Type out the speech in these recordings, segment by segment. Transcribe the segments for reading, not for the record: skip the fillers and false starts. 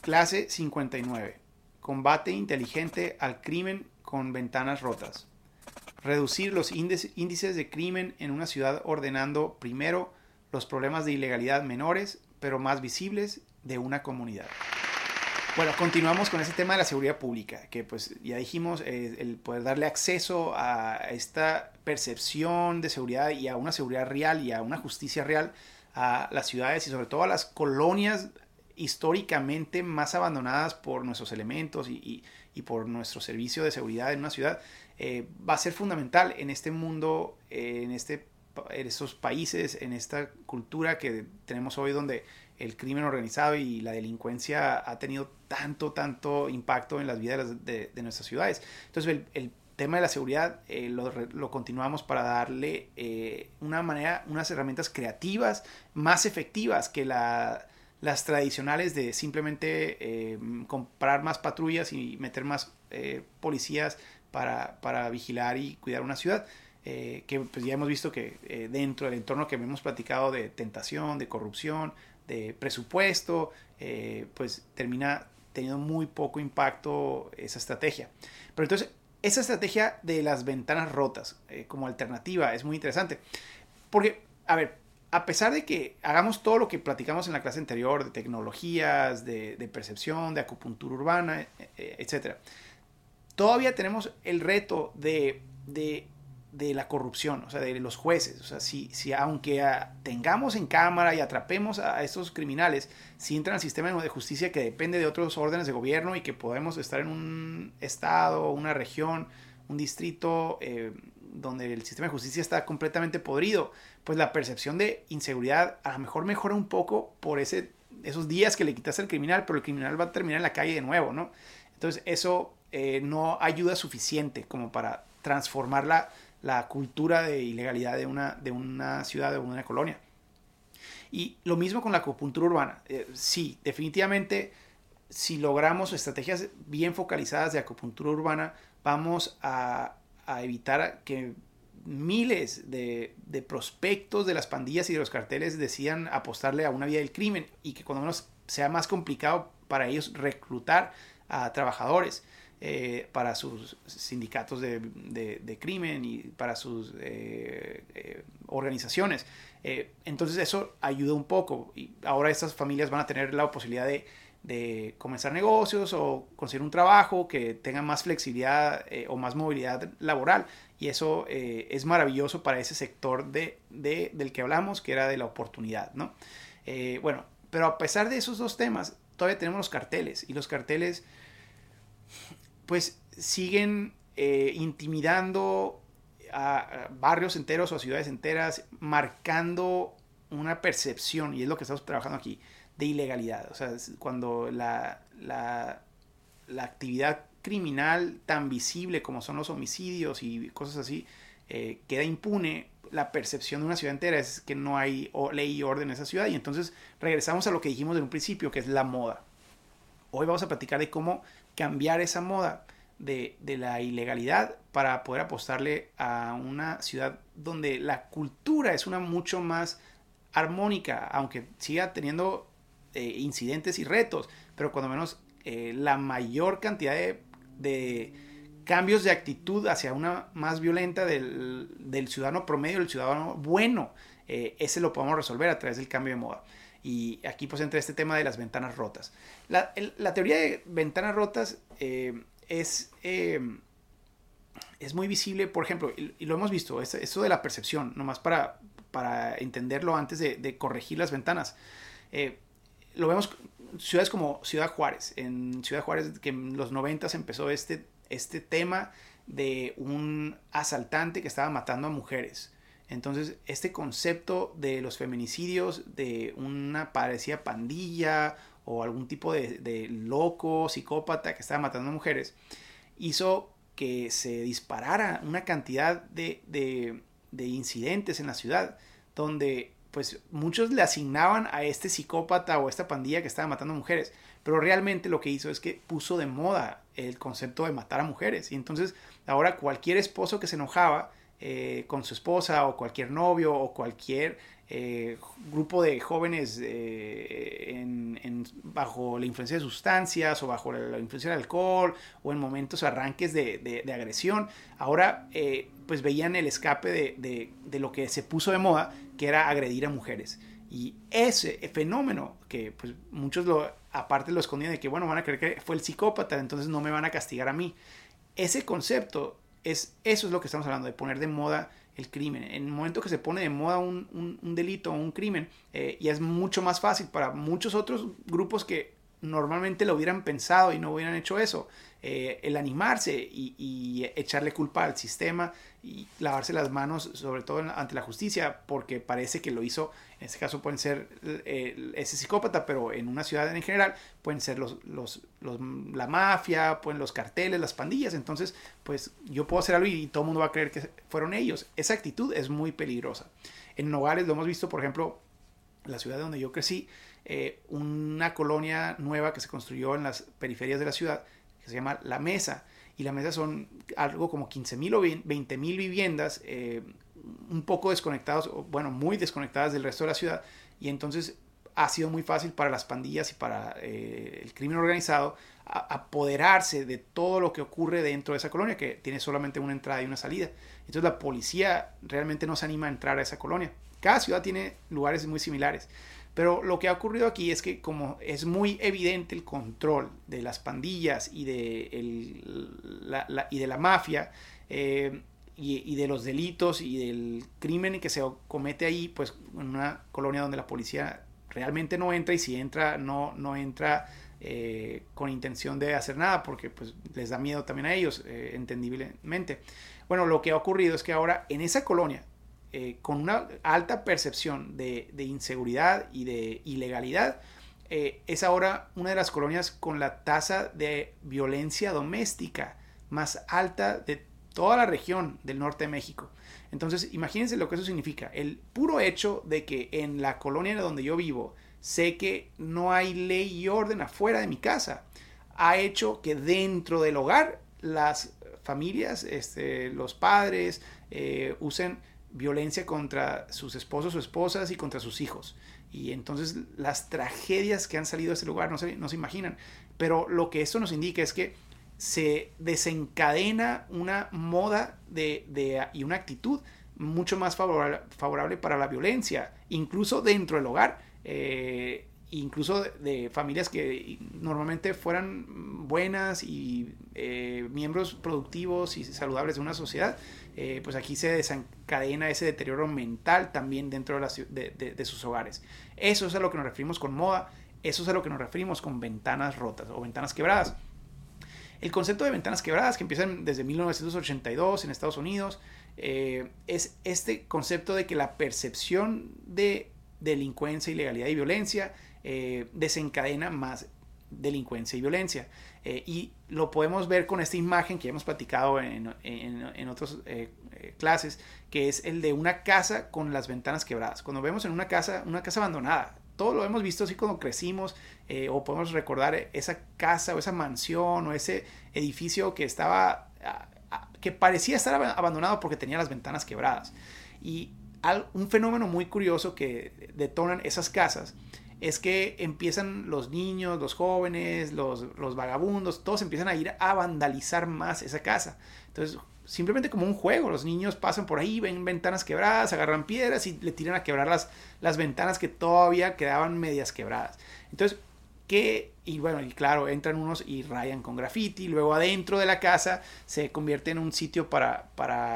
Clase 59. Combate inteligente al crimen con ventanas rotas. Reducir los índices de crimen en una ciudad ordenando primero los problemas de ilegalidad menores, pero más visibles, de una comunidad. Bueno, continuamos con ese tema de la seguridad pública, que pues ya dijimos, el poder darle acceso a esta percepción de seguridad y a una seguridad real y a una justicia real a las ciudades y sobre todo a las colonias históricamente más abandonadas por nuestros elementos y por nuestro servicio de seguridad en una ciudad, va a ser fundamental en este mundo, en estos países, en esta cultura que tenemos hoy donde el crimen organizado y la delincuencia ha tenido tanto impacto en las vidas de nuestras ciudades. Entonces el tema de la seguridad lo continuamos para darle unas herramientas creativas más efectivas que las tradicionales de simplemente comprar más patrullas y meter más policías para vigilar y cuidar una ciudad. Que pues ya hemos visto que dentro del entorno que hemos platicado de tentación, de corrupción, de presupuesto, pues termina teniendo muy poco impacto esa estrategia. Pero entonces, esa estrategia de las ventanas rotas como alternativa es muy interesante. Porque, a ver, a pesar de que hagamos todo lo que platicamos en la clase anterior, de tecnologías, de percepción, de acupuntura urbana, etc., todavía tenemos el reto de la corrupción, o sea, de los jueces. O sea, si aunque tengamos en cámara y atrapemos a estos criminales, si entran al sistema de justicia que depende de otros órdenes de gobierno y que podemos estar en un estado, una región, un distrito donde el sistema de justicia está completamente podrido, pues la percepción de inseguridad a lo mejor mejora un poco por esos días que le quitaste al criminal, pero el criminal va a terminar en la calle de nuevo, ¿no? Entonces eso no ayuda suficiente como para transformar la cultura de ilegalidad de una ciudad o de una colonia. Y lo mismo con la acupuntura urbana. Sí, definitivamente, si logramos estrategias bien focalizadas de acupuntura urbana, vamos a evitar que miles de prospectos de las pandillas y de los carteles decidan apostarle a una vía del crimen y que cuando menos sea más complicado para ellos reclutar a trabajadores. Para sus sindicatos de crimen y para sus organizaciones. Entonces eso ayuda un poco y ahora estas familias van a tener la posibilidad de comenzar negocios o conseguir un trabajo que tenga más flexibilidad o más movilidad laboral y eso es maravilloso para ese sector del que hablamos, que era de la oportunidad, ¿no? Bueno, pero a pesar de esos dos temas todavía tenemos los carteles y los carteles pues siguen intimidando a barrios enteros o a ciudades enteras, marcando una percepción, y es lo que estamos trabajando aquí, de ilegalidad. O sea, cuando la actividad criminal tan visible como son los homicidios y cosas así, queda impune, la percepción de una ciudad entera es que no hay ley y orden en esa ciudad, y entonces regresamos a lo que dijimos en un principio, que es la moda. Hoy vamos a platicar de cómo cambiar esa moda de la ilegalidad para poder apostarle a una ciudad donde la cultura es una mucho más armónica, aunque siga teniendo incidentes y retos, pero cuando menos la mayor cantidad de cambios de actitud hacia una más violenta del ciudadano promedio, del ciudadano bueno, ese lo podemos resolver a través del cambio de moda. Y aquí pues entra este tema de las ventanas rotas. La teoría de ventanas rotas es muy visible, por ejemplo, y lo hemos visto, eso de la percepción, nomás para entenderlo antes de corregir las ventanas. Lo vemos ciudades como Ciudad Juárez. En Ciudad Juárez, que en los 90s empezó este tema de un asaltante que estaba matando a mujeres. Entonces, este concepto de los feminicidios, de una parecida pandilla o algún tipo de loco, psicópata que estaba matando a mujeres, hizo que se disparara una cantidad de incidentes en la ciudad, donde pues muchos le asignaban a este psicópata o a esta pandilla que estaba matando a mujeres, pero realmente lo que hizo es que puso de moda el concepto de matar a mujeres, y entonces ahora cualquier esposo que se enojaba con su esposa o cualquier novio o cualquier grupo de jóvenes bajo la influencia de sustancias o bajo la influencia del alcohol o en momentos arranques de agresión, ahora pues veían el escape de lo que se puso de moda, que era agredir a mujeres. Y ese fenómeno que pues muchos aparte lo escondían de que bueno, van a creer que fue el psicópata, entonces no me van a castigar a mí. Ese concepto eso es lo que estamos hablando, de poner de moda el crimen. En el momento que se pone de moda un delito o un crimen, ya es mucho más fácil para muchos otros grupos que normalmente lo hubieran pensado y no hubieran hecho eso, el animarse y echarle culpa al sistema y lavarse las manos, sobre todo ante la justicia, porque parece que lo hizo. En este caso pueden ser ese psicópata, pero en una ciudad en general pueden ser la mafia, pueden los carteles, las pandillas. Entonces, pues yo puedo hacer algo y todo el mundo va a creer que fueron ellos. Esa actitud es muy peligrosa. En Nogales lo hemos visto, por ejemplo, la ciudad donde yo crecí, una colonia nueva que se construyó en las periferias de la ciudad, que se llama La Mesa. Y La Mesa son algo como 15,000 o 20,000 viviendas, un poco desconectados, bueno, muy desconectadas del resto de la ciudad. Y entonces ha sido muy fácil para las pandillas y para el crimen organizado apoderarse de todo lo que ocurre dentro de esa colonia, que tiene solamente una entrada y una salida. Entonces la policía realmente no se anima a entrar a esa colonia. Cada ciudad tiene lugares muy similares. Pero lo que ha ocurrido aquí es que como es muy evidente el control de las pandillas y de la mafia y de los delitos y del crimen que se comete ahí, pues en una colonia donde la policía realmente no entra, y si entra no entra con intención de hacer nada, porque pues les da miedo también a ellos, entendiblemente. Bueno, lo que ha ocurrido es que ahora en esa colonia, con una alta percepción de inseguridad y de ilegalidad, es ahora una de las colonias con la tasa de violencia doméstica más alta de toda la región del norte de México. Entonces, imagínense lo que eso significa. El puro hecho de que en la colonia donde yo vivo sé que no hay ley y orden afuera de mi casa, ha hecho que dentro del hogar las familias, los padres, usen violencia contra sus esposos o esposas y contra sus hijos. Y entonces las tragedias que han salido de ese lugar no se imaginan. Pero lo que esto nos indica es que se desencadena una moda y una actitud mucho más favorable para la violencia, incluso dentro del hogar, incluso de familias que normalmente fueran buenas y miembros productivos y saludables de una sociedad. Pues aquí se desencadena ese deterioro mental también dentro de sus hogares. Eso es a lo que nos referimos con moda, eso es a lo que nos referimos con ventanas rotas o ventanas quebradas. El concepto de ventanas quebradas, que empiezan desde 1982 en Estados Unidos, es este concepto de que la percepción de delincuencia, ilegalidad y violencia desencadena más delincuencia y violencia. Y lo podemos ver con esta imagen que ya hemos platicado en otras clases, que es el de una casa con las ventanas quebradas. Cuando vemos en una casa abandonada, todo lo hemos visto así cuando crecimos, o podemos recordar esa casa o esa mansión o ese edificio que estaba, que parecía estar abandonado porque tenía las ventanas quebradas. Y un fenómeno muy curioso que detonan esas casas es que empiezan los niños, los jóvenes, los vagabundos, todos empiezan a ir a vandalizar más esa casa. Entonces, simplemente como un juego, los niños pasan por ahí, ven ventanas quebradas, agarran piedras y le tiran a quebrar las ventanas que todavía quedaban medias quebradas. Entonces, y bueno, y claro, entran unos y rayan con graffiti. Luego adentro de la casa se convierte en un sitio para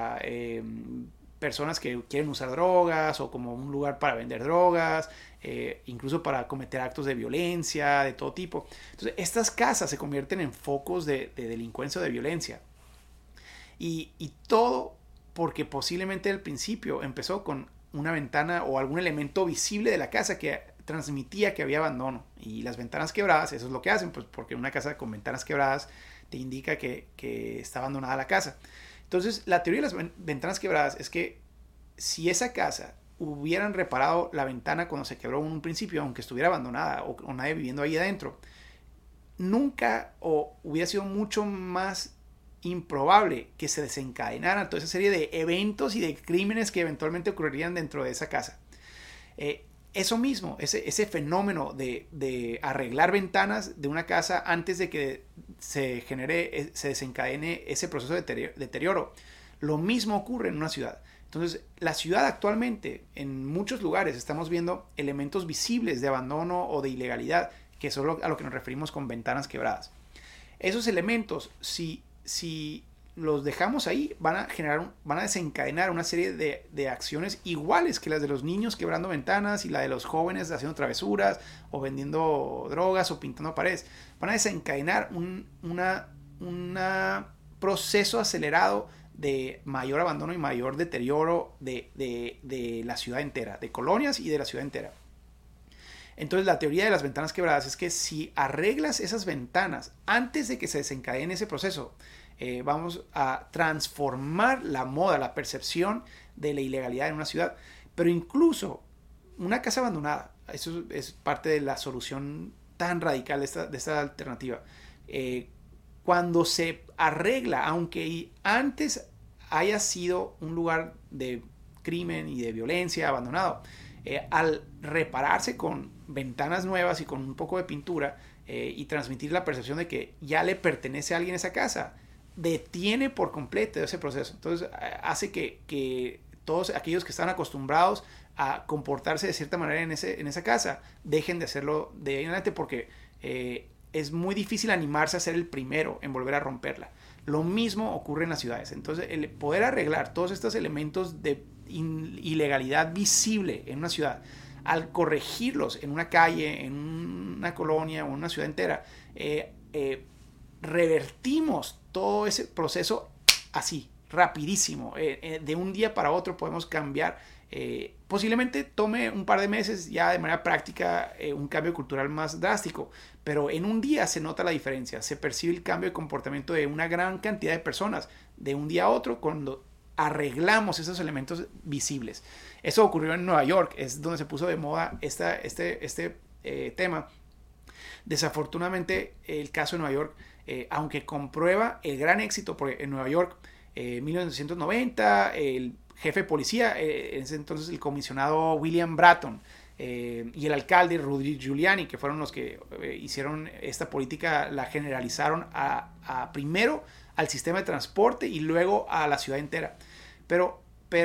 personas que quieren usar drogas, o como un lugar para vender drogas, incluso para cometer actos de violencia de todo tipo. Entonces estas casas se convierten en focos de delincuencia o de violencia, y todo porque posiblemente al principio empezó con una ventana o algún elemento visible de la casa que transmitía que había abandono. Y las ventanas quebradas, eso es lo que hacen, pues porque una casa con ventanas quebradas te indica que está abandonada la casa. Entonces, la teoría de las ventanas quebradas es que si esa casa hubieran reparado la ventana cuando se quebró en un principio, aunque estuviera abandonada o nadie viviendo ahí adentro, nunca, o hubiera sido mucho más improbable que se desencadenara toda esa serie de eventos y de crímenes que eventualmente ocurrirían dentro de esa casa. Eso mismo, ese fenómeno de arreglar ventanas de una casa antes de que se desencadene ese proceso de deterioro, lo mismo ocurre en una ciudad. Entonces, la ciudad actualmente, en muchos lugares, estamos viendo elementos visibles de abandono o de ilegalidad, que es a lo que nos referimos con ventanas quebradas. Esos elementos, si los dejamos ahí, van a desencadenar una serie de acciones iguales que las de los niños quebrando ventanas y la de los jóvenes haciendo travesuras o vendiendo drogas o pintando paredes. Van a desencadenar un proceso acelerado de mayor abandono y mayor deterioro de la ciudad entera, de colonias y de la ciudad entera. Entonces, la teoría de las ventanas quebradas es que si arreglas esas ventanas antes de que se desencadene ese proceso, vamos a transformar la moda, la percepción de la ilegalidad en una ciudad. Pero incluso una casa abandonada, eso es parte de la solución tan radical de esta alternativa. Cuando se arregla, aunque antes haya sido un lugar de crimen y de violencia abandonado, al repararse con ventanas nuevas y con un poco de pintura y transmitir la percepción de que ya le pertenece a alguien esa casa, detiene por completo ese proceso. Entonces hace que todos aquellos que están acostumbrados a comportarse de cierta manera en esa casa dejen de hacerlo de ahí en adelante, porque es muy difícil animarse a ser el primero en volver a romperla. Lo mismo ocurre en las ciudades. Entonces, el poder arreglar todos estos elementos de ilegalidad visible en una ciudad, al corregirlos en una calle, en una colonia o en una ciudad entera, revertimos todo ese proceso así, rapidísimo. De un día para otro podemos cambiar. Posiblemente tome un par de meses ya de manera práctica un cambio cultural más drástico, pero en un día se nota la diferencia, se percibe el cambio de comportamiento de una gran cantidad de personas de un día a otro cuando arreglamos esos elementos visibles. Eso ocurrió en Nueva York, es donde se puso de moda este tema. Desafortunadamente, el caso de Nueva York, aunque comprueba el gran éxito, porque en Nueva York, 1990, el jefe de policía, en ese entonces el comisionado William Bratton, y el alcalde Rudy Giuliani, que fueron los que hicieron esta política, la generalizaron primero al sistema de transporte y luego a la ciudad entera. Pero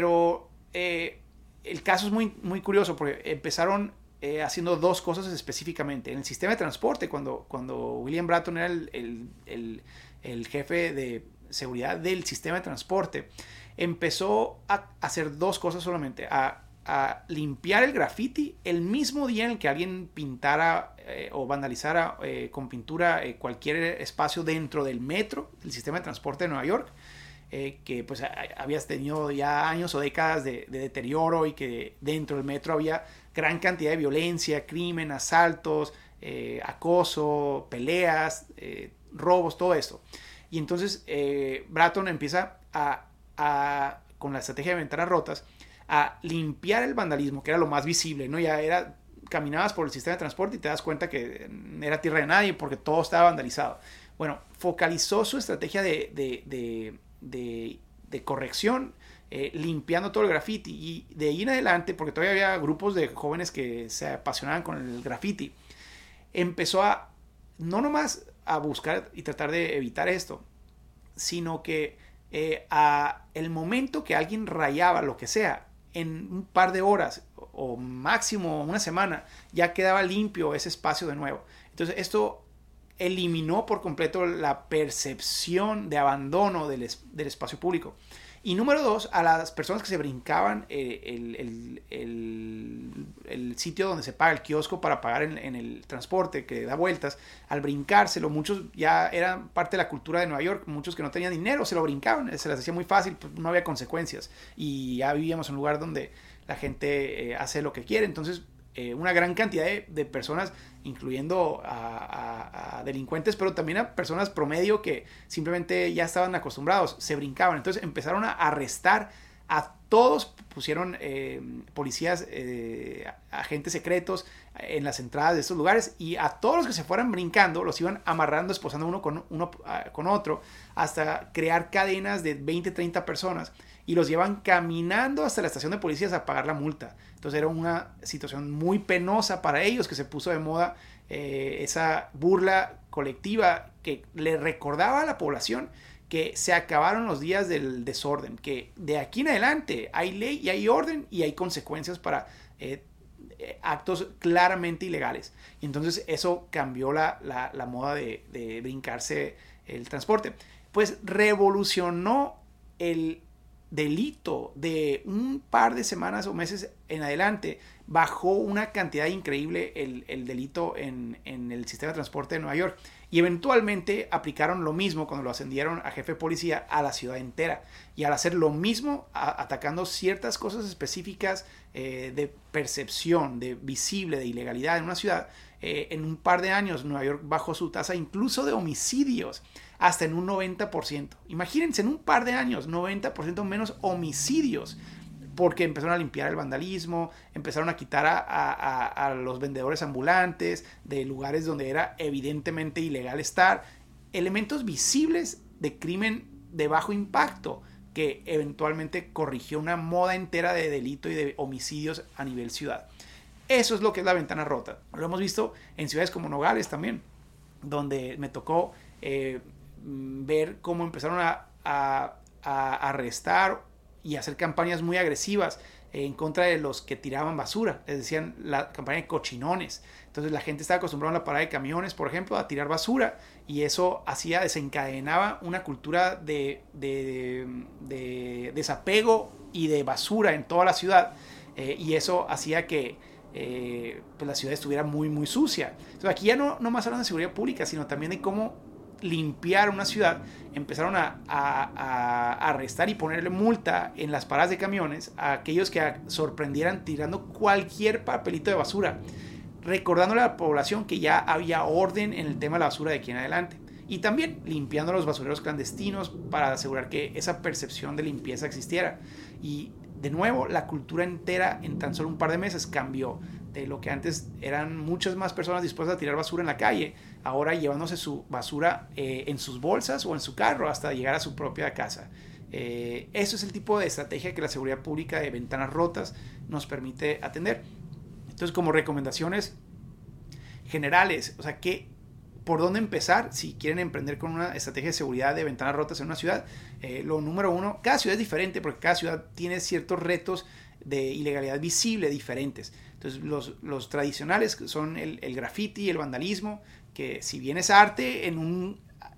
el caso es muy, muy curioso, porque empezaron haciendo dos cosas específicamente. En el sistema de transporte, cuando William Bratton era el jefe de seguridad del sistema de transporte, empezó a hacer dos cosas solamente: a limpiar el graffiti el mismo día en el que alguien pintara o vandalizara con pintura cualquier espacio dentro del metro, del sistema de transporte de Nueva York, que pues habías tenido ya años o décadas de deterioro, y que dentro del metro había gran cantidad de violencia, crimen, asaltos, acoso, peleas, robos, todo esto. Y entonces Bratton empieza con la estrategia de ventanas rotas, a limpiar el vandalismo, que era lo más visible, ¿no? Ya caminabas por el sistema de transporte y te das cuenta que era tierra de nadie porque todo estaba vandalizado. Bueno, focalizó su estrategia de corrección, limpiando todo el graffiti, y de ahí en adelante, porque todavía había grupos de jóvenes que se apasionaban con el graffiti, empezó no nomás a buscar y tratar de evitar esto, sino que el momento que alguien rayaba lo que sea, en un par de horas o máximo una semana, ya quedaba limpio ese espacio de nuevo. Entonces esto eliminó por completo la percepción de abandono del espacio público. Y número dos, a las personas que se brincaban el sitio donde se paga el kiosco para pagar en el transporte que da vueltas, al brincárselo, muchos ya eran parte de la cultura de Nueva York, muchos que no tenían dinero se lo brincaban, se les hacía muy fácil, pues no había consecuencias, y ya vivíamos en un lugar donde la gente hace lo que quiere. Entonces una gran cantidad de personas, incluyendo a delincuentes, pero también a personas promedio que simplemente ya estaban acostumbrados, se brincaban. Entonces empezaron a arrestar a todos pusieron policías, agentes secretos en las entradas de estos lugares, y a todos los que se fueran brincando los iban amarrando, esposando uno con otro, hasta crear cadenas de 20, 30 personas, y los llevan caminando hasta la estación de policías a pagar la multa. Entonces era una situación muy penosa para ellos, que se puso de moda esa burla colectiva que le recordaba a la población que se acabaron los días del desorden, que de aquí en adelante hay ley y hay orden y hay consecuencias para actos claramente ilegales. Y entonces eso cambió la moda de brincarse el transporte. Pues revolucionó el delito de un par de semanas o meses en adelante. Bajó una cantidad increíble el delito en el sistema de transporte de Nueva York, y eventualmente aplicaron lo mismo cuando lo ascendieron a jefe de policía a la ciudad entera, y al hacer lo mismo atacando ciertas cosas específicas de percepción, de visible, de ilegalidad en una ciudad, en un par de años Nueva York bajó su tasa incluso de homicidios hasta en un 90%. Imagínense, en un par de años 90% menos homicidios, porque empezaron a limpiar el vandalismo, empezaron a quitar a los vendedores ambulantes de lugares donde era evidentemente ilegal estar, elementos visibles de crimen de bajo impacto que eventualmente corrigió una moda entera de delito y de homicidios a nivel ciudad. Eso es lo que es la ventana rota. Lo hemos visto en ciudades como Nogales también, donde me tocó ver cómo empezaron a arrestar y hacer campañas muy agresivas en contra de los que tiraban basura. Les decían la campaña de cochinones. Entonces la gente estaba acostumbrada a la parada de camiones, por ejemplo, a tirar basura, y eso desencadenaba una cultura de desapego y de basura en toda la ciudad, y eso hacía que pues la ciudad estuviera muy muy sucia. Entonces aquí ya no más hablan de seguridad pública, sino también de cómo limpiar una ciudad. Empezaron a arrestar y ponerle multa en las paradas de camiones a aquellos que sorprendieran tirando cualquier papelito de basura, recordándole a la población que ya había orden en el tema de la basura de aquí en adelante, y también limpiando los basureros clandestinos para asegurar que esa percepción de limpieza existiera. Y de nuevo, la cultura entera en tan solo un par de meses cambió. De lo que antes eran muchas más personas dispuestas a tirar basura en la calle, ahora llevándose su basura en sus bolsas o en su carro hasta llegar a su propia casa. Eso es el tipo de estrategia que la seguridad pública de ventanas rotas nos permite atender. Entonces, como recomendaciones generales, o sea, ¿por dónde empezar si quieren emprender con una estrategia de seguridad de ventanas rotas en una ciudad? Lo número uno, cada ciudad es diferente porque cada ciudad tiene ciertos retos de ilegalidad visible diferentes. Entonces los tradicionales son el graffiti, el vandalismo, que si bien es arte en un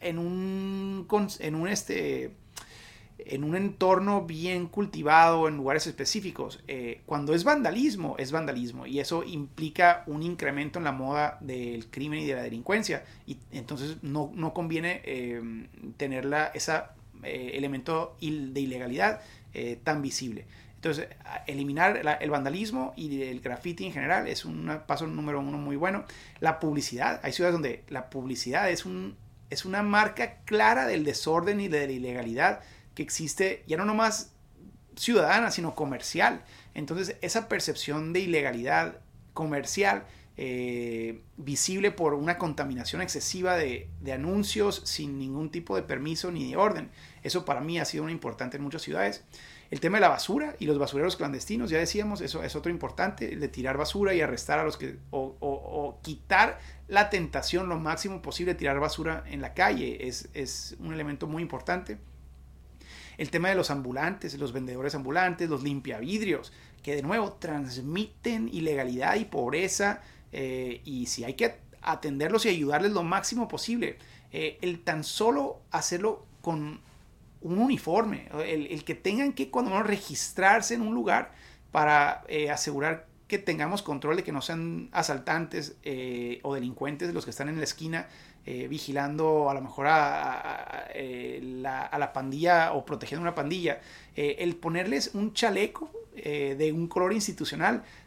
entorno bien cultivado en lugares específicos, cuando es vandalismo, y eso implica un incremento en la moda del crimen y de la delincuencia, y entonces no conviene tener ese elemento de ilegalidad tan visible. Entonces, eliminar el vandalismo y el graffiti en general es un paso número uno muy bueno. La publicidad. Hay ciudades donde la publicidad es una marca clara del desorden y de la ilegalidad que existe, ya no nomás ciudadana, sino comercial. Entonces, esa percepción de ilegalidad comercial visible por una contaminación excesiva de anuncios sin ningún tipo de permiso ni de orden. Eso para mí ha sido una importante en muchas ciudades. El tema de la basura y los basureros clandestinos, ya decíamos, eso es otro importante, el de tirar basura y arrestar a los que, o quitar la tentación lo máximo posible de tirar basura en la calle, es un elemento muy importante. El tema de los ambulantes, los vendedores ambulantes, los limpiavidrios, que de nuevo transmiten ilegalidad y pobreza, y si hay que atenderlos y ayudarles lo máximo posible. El tan solo hacerlo con un uniforme, el que tengan que cuando menos registrarse en un lugar para asegurar que tengamos control de que no sean asaltantes o delincuentes los que están en la esquina vigilando a lo mejor a la pandilla o protegiendo una pandilla. El ponerles un chaleco de un color institucional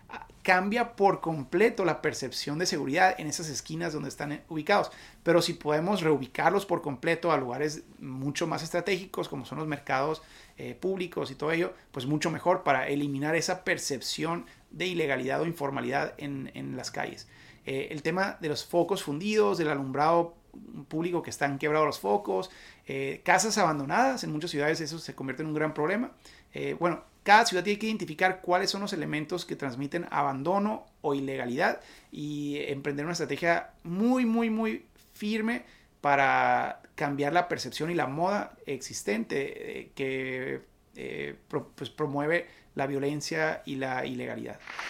cambia por completo la percepción de seguridad en esas esquinas donde están ubicados. Pero si podemos reubicarlos por completo a lugares mucho más estratégicos, como son los mercados públicos y todo ello, pues mucho mejor para eliminar esa percepción de ilegalidad o informalidad en las calles. El tema de los focos fundidos, del alumbrado público que están quebrados los focos, casas abandonadas, en muchas ciudades eso se convierte en un gran problema. Bueno, cada ciudad tiene que identificar cuáles son los elementos que transmiten abandono o ilegalidad y emprender una estrategia muy firme para cambiar la percepción y la moda existente que pues promueve la violencia y la ilegalidad.